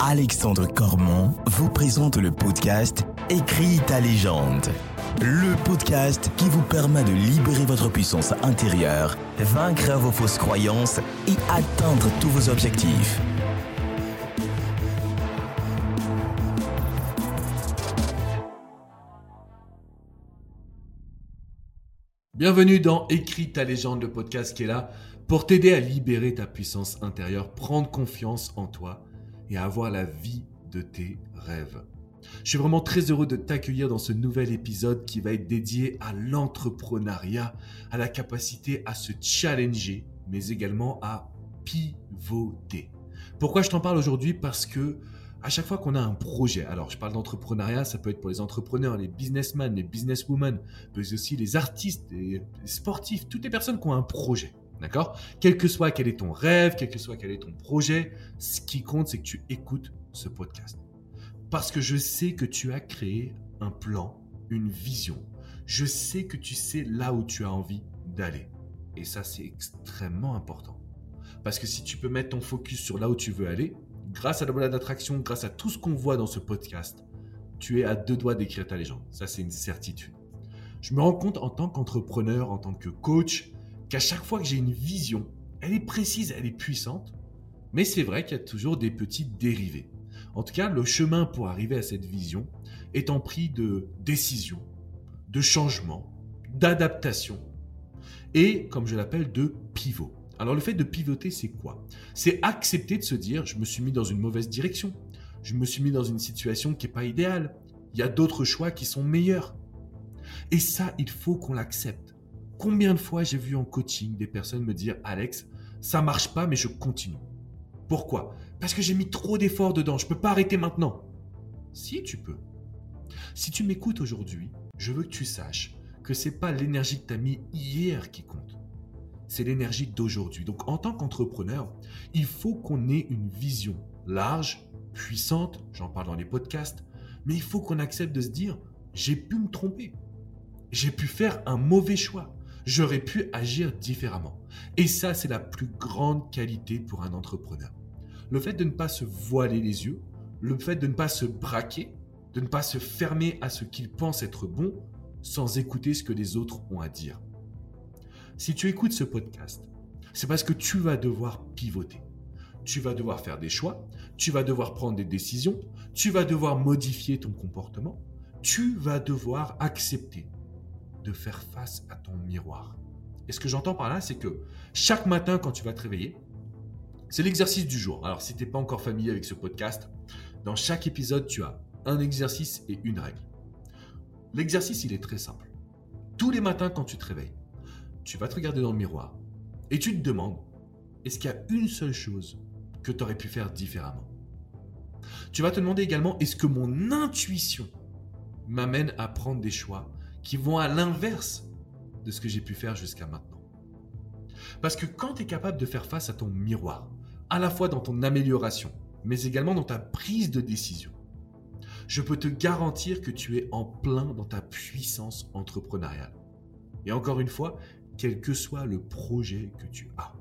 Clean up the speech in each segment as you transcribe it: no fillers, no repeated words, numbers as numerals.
Alexandre Cormon vous présente le podcast Écris ta légende. Le podcast qui vous permet de libérer votre puissance intérieure, vaincre vos fausses croyances et atteindre tous vos objectifs. Bienvenue dans Écris ta légende, le podcast qui est là pour t'aider à libérer ta puissance intérieure, prendre confiance en toi et à avoir la vie de tes rêves. Je suis vraiment très heureux de t'accueillir dans ce nouvel épisode qui va être dédié à l'entrepreneuriat, à la capacité à se challenger, mais également à pivoter. Pourquoi je t'en parle aujourd'hui ? Parce que à chaque fois qu'on a un projet, alors je parle d'entrepreneuriat, ça peut être pour les entrepreneurs, les businessmen, les businesswomen, mais aussi les artistes, les sportifs, toutes les personnes qui ont un projet, d'accord ? Quel que soit quel est ton rêve, quel que soit quel est ton projet, ce qui compte, c'est que tu écoutes ce podcast. Parce que je sais que tu as créé un plan, une vision. Je sais que tu sais là où tu as envie d'aller. Et ça, c'est extrêmement important. Parce que si tu peux mettre ton focus sur là où tu veux aller, grâce à la loi d'attraction, grâce à tout ce qu'on voit dans ce podcast, tu es à deux doigts d'écrire ta légende. Ça, c'est une certitude. Je me rends compte en tant qu'entrepreneur, en tant que coach, qu'à chaque fois que j'ai une vision, elle est précise, elle est puissante, mais c'est vrai qu'il y a toujours des petits dérivés. En tout cas, le chemin pour arriver à cette vision est empli de décisions, de changements, d'adaptations et, comme je l'appelle, de pivots. Alors le fait de pivoter, c'est quoi ? C'est accepter de se dire, je me suis mis dans une mauvaise direction, je me suis mis dans une situation qui n'est pas idéale, il y a d'autres choix qui sont meilleurs. Et ça, il faut qu'on l'accepte. Combien de fois j'ai vu en coaching des personnes me dire, Alex, ça marche pas mais je continue. Pourquoi ? Parce que j'ai mis trop d'efforts dedans, je ne peux pas arrêter maintenant. Si tu peux. Si tu m'écoutes aujourd'hui, je veux que tu saches que ce n'est pas l'énergie que tu as mis hier qui compte. C'est l'énergie d'aujourd'hui. Donc, en tant qu'entrepreneur, il faut qu'on ait une vision large, puissante, j'en parle dans les podcasts, mais il faut qu'on accepte de se dire, j'ai pu me tromper, j'ai pu faire un mauvais choix, j'aurais pu agir différemment. Et ça, c'est la plus grande qualité pour un entrepreneur. Le fait de ne pas se voiler les yeux, le fait de ne pas se braquer, de ne pas se fermer à ce qu'il pense être bon, sans écouter ce que les autres ont à dire. Si tu écoutes ce podcast, c'est parce que tu vas devoir pivoter. Tu vas devoir faire des choix, tu vas devoir prendre des décisions, tu vas devoir modifier ton comportement, tu vas devoir accepter de faire face à ton miroir. Et ce que j'entends par là, c'est que chaque matin quand tu vas te réveiller, c'est l'exercice du jour. Alors si tu n'es pas encore familier avec ce podcast, dans chaque épisode, tu as un exercice et une règle. L'exercice, il est très simple. Tous les matins quand tu te réveilles, tu vas te regarder dans le miroir et tu te demandes, est-ce qu'il y a une seule chose que tu aurais pu faire différemment ? Tu vas te demander également, est-ce que mon intuition m'amène à prendre des choix qui vont à l'inverse de ce que j'ai pu faire jusqu'à maintenant ? Parce que quand tu es capable de faire face à ton miroir, à la fois dans ton amélioration, mais également dans ta prise de décision, je peux te garantir que tu es en plein dans ta puissance entrepreneuriale. Et encore une fois, quel que soit le projet que tu as.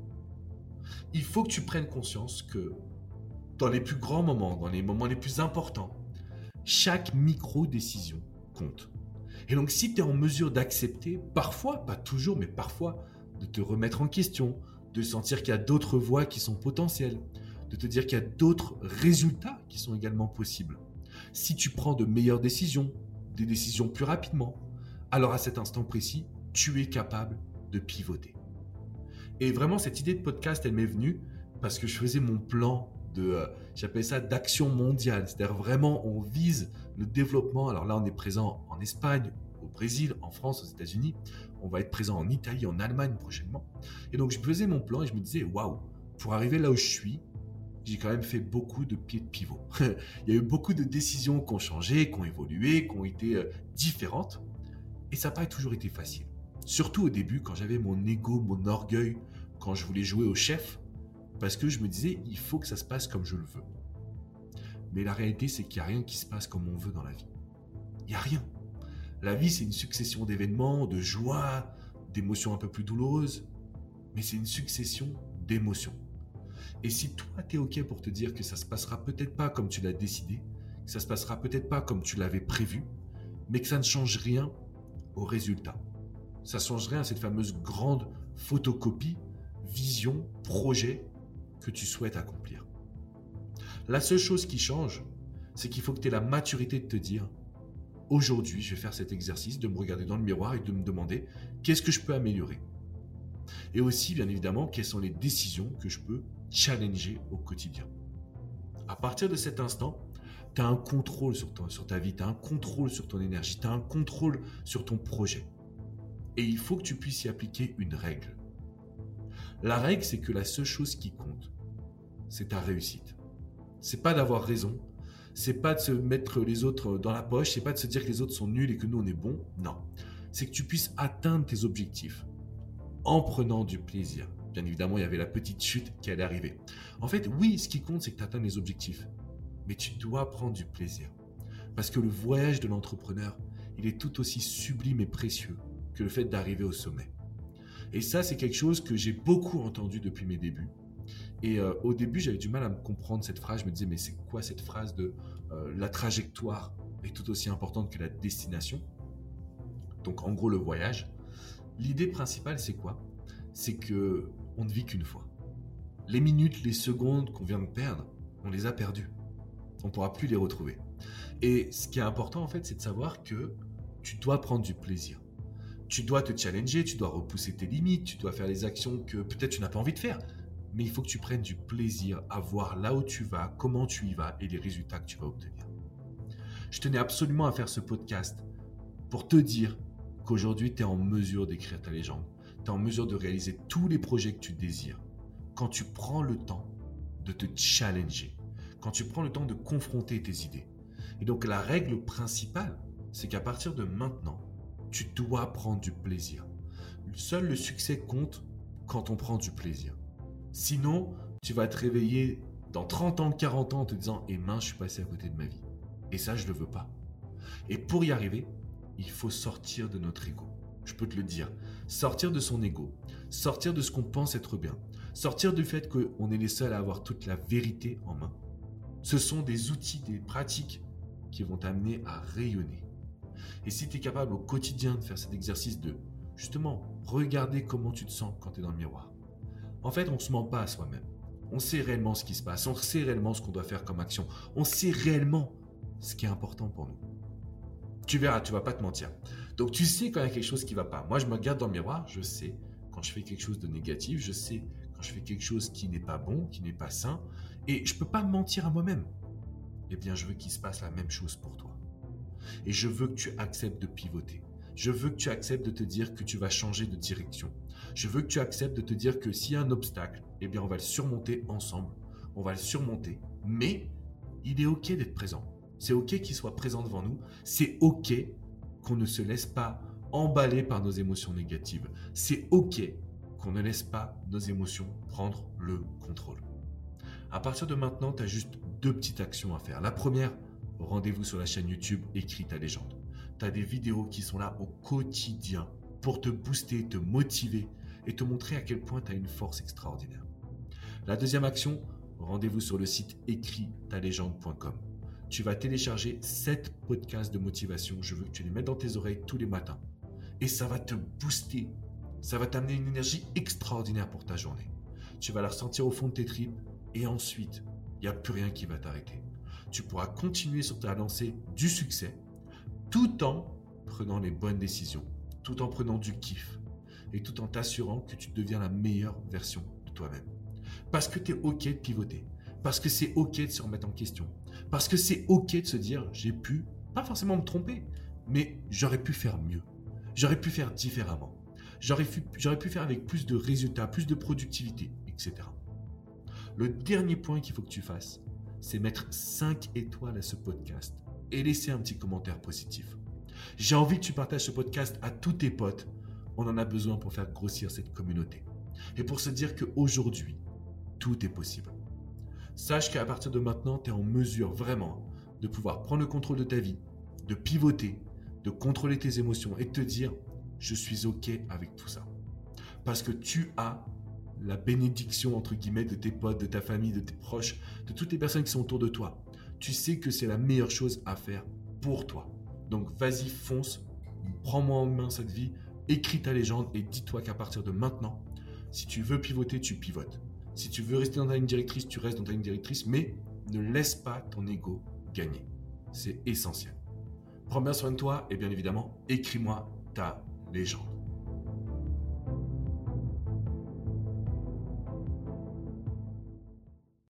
Il faut que tu prennes conscience que dans les plus grands moments, dans les moments les plus importants, chaque micro-décision compte. Et donc si tu es en mesure d'accepter, parfois, pas toujours, mais parfois, de te remettre en question, de sentir qu'il y a d'autres voies qui sont potentielles, de te dire qu'il y a d'autres résultats qui sont également possibles. Si tu prends de meilleures décisions, des décisions plus rapidement, alors à cet instant précis, tu es capable de pivoter. Et vraiment, cette idée de podcast, elle m'est venue parce que je faisais mon plan j'appelle ça d'action mondiale. C'est-à-dire vraiment, on vise le développement. Alors là, on est présent en Espagne, au Brésil, en France, aux États-Unis. On va être présent en Italie, en Allemagne prochainement. Et donc, je faisais mon plan et je me disais, waouh, pour arriver là où je suis, j'ai quand même fait beaucoup de pieds de pivot. Il y a eu beaucoup de décisions qui ont changé, qui ont évolué, qui ont été différentes. Et ça n'a pas toujours été facile. Surtout au début, quand j'avais mon ego, mon orgueil, quand je voulais jouer au chef, parce que je me disais, il faut que ça se passe comme je le veux. Mais la réalité, c'est qu'il n'y a rien qui se passe comme on veut dans la vie. Il n'y a rien. La vie, c'est une succession d'événements, de joies, d'émotions un peu plus douloureuses, mais c'est une succession d'émotions. Et si toi, tu es OK pour te dire que ça se passera peut-être pas comme tu l'as décidé, que ça se passera peut-être pas comme tu l'avais prévu, mais que ça ne change rien au résultat. Ça ne change rien à cette fameuse grande photocopie, vision, projet que tu souhaites accomplir. La seule chose qui change, c'est qu'il faut que tu aies la maturité de te dire « Aujourd'hui, je vais faire cet exercice de me regarder dans le miroir et de me demander qu'est-ce que je peux améliorer ?» Et aussi, bien évidemment, quelles sont les décisions que je peux challenger au quotidien. À partir de cet instant, tu as un contrôle sur ta vie, tu as un contrôle sur ton énergie, tu as un contrôle sur ton projet. Et il faut que tu puisses y appliquer une règle. La règle, c'est que la seule chose qui compte, c'est ta réussite. C'est pas d'avoir raison, c'est pas de se mettre les autres dans la poche, c'est pas de se dire que les autres sont nuls et que nous on est bons. Non, c'est que tu puisses atteindre tes objectifs en prenant du plaisir. Bien évidemment, il y avait la petite chute qui allait arriver. En fait, oui, ce qui compte, c'est que tu atteignes les objectifs. Mais tu dois prendre du plaisir. Parce que le voyage de l'entrepreneur, il est tout aussi sublime et précieux que le fait d'arriver au sommet. Et ça, c'est quelque chose que j'ai beaucoup entendu depuis mes débuts. Et au début, j'avais du mal à me comprendre cette phrase. Je me disais, mais c'est quoi cette phrase de la trajectoire est tout aussi importante que la destination? Donc, en gros, le voyage. L'idée principale, c'est quoi? C'est qu'on ne vit qu'une fois. Les minutes, les secondes qu'on vient de perdre, on les a perdues. On ne pourra plus les retrouver. Et ce qui est important, en fait, c'est de savoir que tu dois prendre du plaisir. Tu dois te challenger, tu dois repousser tes limites, tu dois faire les actions que peut-être tu n'as pas envie de faire. Mais il faut que tu prennes du plaisir à voir là où tu vas, comment tu y vas et les résultats que tu vas obtenir. Je tenais absolument à faire ce podcast pour te dire qu'aujourd'hui, tu es en mesure d'écrire ta légende. Tu es en mesure de réaliser tous les projets que tu désires. Quand tu prends le temps de te challenger, quand tu prends le temps de confronter tes idées. Et donc, la règle principale, c'est qu'à partir de maintenant, tu dois prendre du plaisir. Seul le succès compte quand on prend du plaisir. Sinon, tu vas te réveiller dans 30 ans, 40 ans en te disant « Eh mince, je suis passé à côté de ma vie. » Et ça, je ne le veux pas. Et pour y arriver, il faut sortir de notre ego. Je peux te le dire. Sortir de son ego. Sortir de ce qu'on pense être bien. Sortir du fait qu'on est les seuls à avoir toute la vérité en main. Ce sont des outils, des pratiques qui vont t'amener à rayonner. Et si tu es capable au quotidien de faire cet exercice de, justement, regarder comment tu te sens quand tu es dans le miroir. En fait, on ne se ment pas à soi-même. On sait réellement ce qui se passe. On sait réellement ce qu'on doit faire comme action. On sait réellement ce qui est important pour nous. Tu verras, tu ne vas pas te mentir. Donc, tu sais quand il y a quelque chose qui ne va pas. Moi, je me regarde dans le miroir, je sais quand je fais quelque chose de négatif, je sais quand je fais quelque chose qui n'est pas bon, qui n'est pas sain, et je ne peux pas me mentir à moi-même. Eh bien, je veux qu'il se passe la même chose pour toi. Et je veux que tu acceptes de pivoter. Je veux que tu acceptes de te dire que tu vas changer de direction. Je veux que tu acceptes de te dire que s'il y a un obstacle, eh bien, on va le surmonter ensemble. On va le surmonter. Mais il est OK d'être présent. C'est OK qu'il soit présent devant nous. C'est OK qu'on ne se laisse pas emballer par nos émotions négatives. C'est OK qu'on ne laisse pas nos émotions prendre le contrôle. À partir de maintenant, tu as juste 2 petites actions à faire. La première, rendez-vous sur la chaîne YouTube Écris ta légende. Tu as des vidéos qui sont là au quotidien pour te booster, te motiver et te montrer à quel point tu as une force extraordinaire. La deuxième action, rendez-vous sur le site écristalegende.com. Tu vas télécharger 7 podcasts de motivation. Je veux que tu les mettes dans tes oreilles tous les matins. Et ça va te booster. Ça va t'amener une énergie extraordinaire pour ta journée. Tu vas la ressentir au fond de tes tripes et ensuite, il n'y a plus rien qui va t'arrêter. Tu pourras continuer sur ta lancée du succès tout en prenant les bonnes décisions, tout en prenant du kiff et tout en t'assurant que tu deviens la meilleure version de toi-même. Parce que tu es OK de pivoter, parce que c'est OK de se remettre en question, parce que c'est OK de se dire j'ai pu, pas forcément me tromper, mais j'aurais pu faire mieux, j'aurais pu faire différemment, j'aurais pu faire avec plus de résultats, plus de productivité, etc. Le dernier point qu'il faut que tu fasses, c'est mettre 5 étoiles à ce podcast et laisser un petit commentaire positif. J'ai envie que tu partages ce podcast à tous tes potes. On en a besoin pour faire grossir cette communauté. Et pour se dire qu'aujourd'hui, tout est possible. Sache qu'à partir de maintenant, tu es en mesure vraiment de pouvoir prendre le contrôle de ta vie, de pivoter, de contrôler tes émotions et de te dire « je suis OK avec tout ça ». Parce que tu as la bénédiction, entre guillemets, de tes potes, de ta famille, de tes proches, de toutes les personnes qui sont autour de toi. Tu sais que c'est la meilleure chose à faire pour toi. Donc vas-y, fonce, prends-moi en main cette vie, écris ta légende et dis-toi qu'à partir de maintenant, si tu veux pivoter, tu pivotes. Si tu veux rester dans ta ligne directrice, tu restes dans ta ligne directrice, mais ne laisse pas ton ego gagner. C'est essentiel. Prends bien soin de toi et bien évidemment, écris-moi ta légende.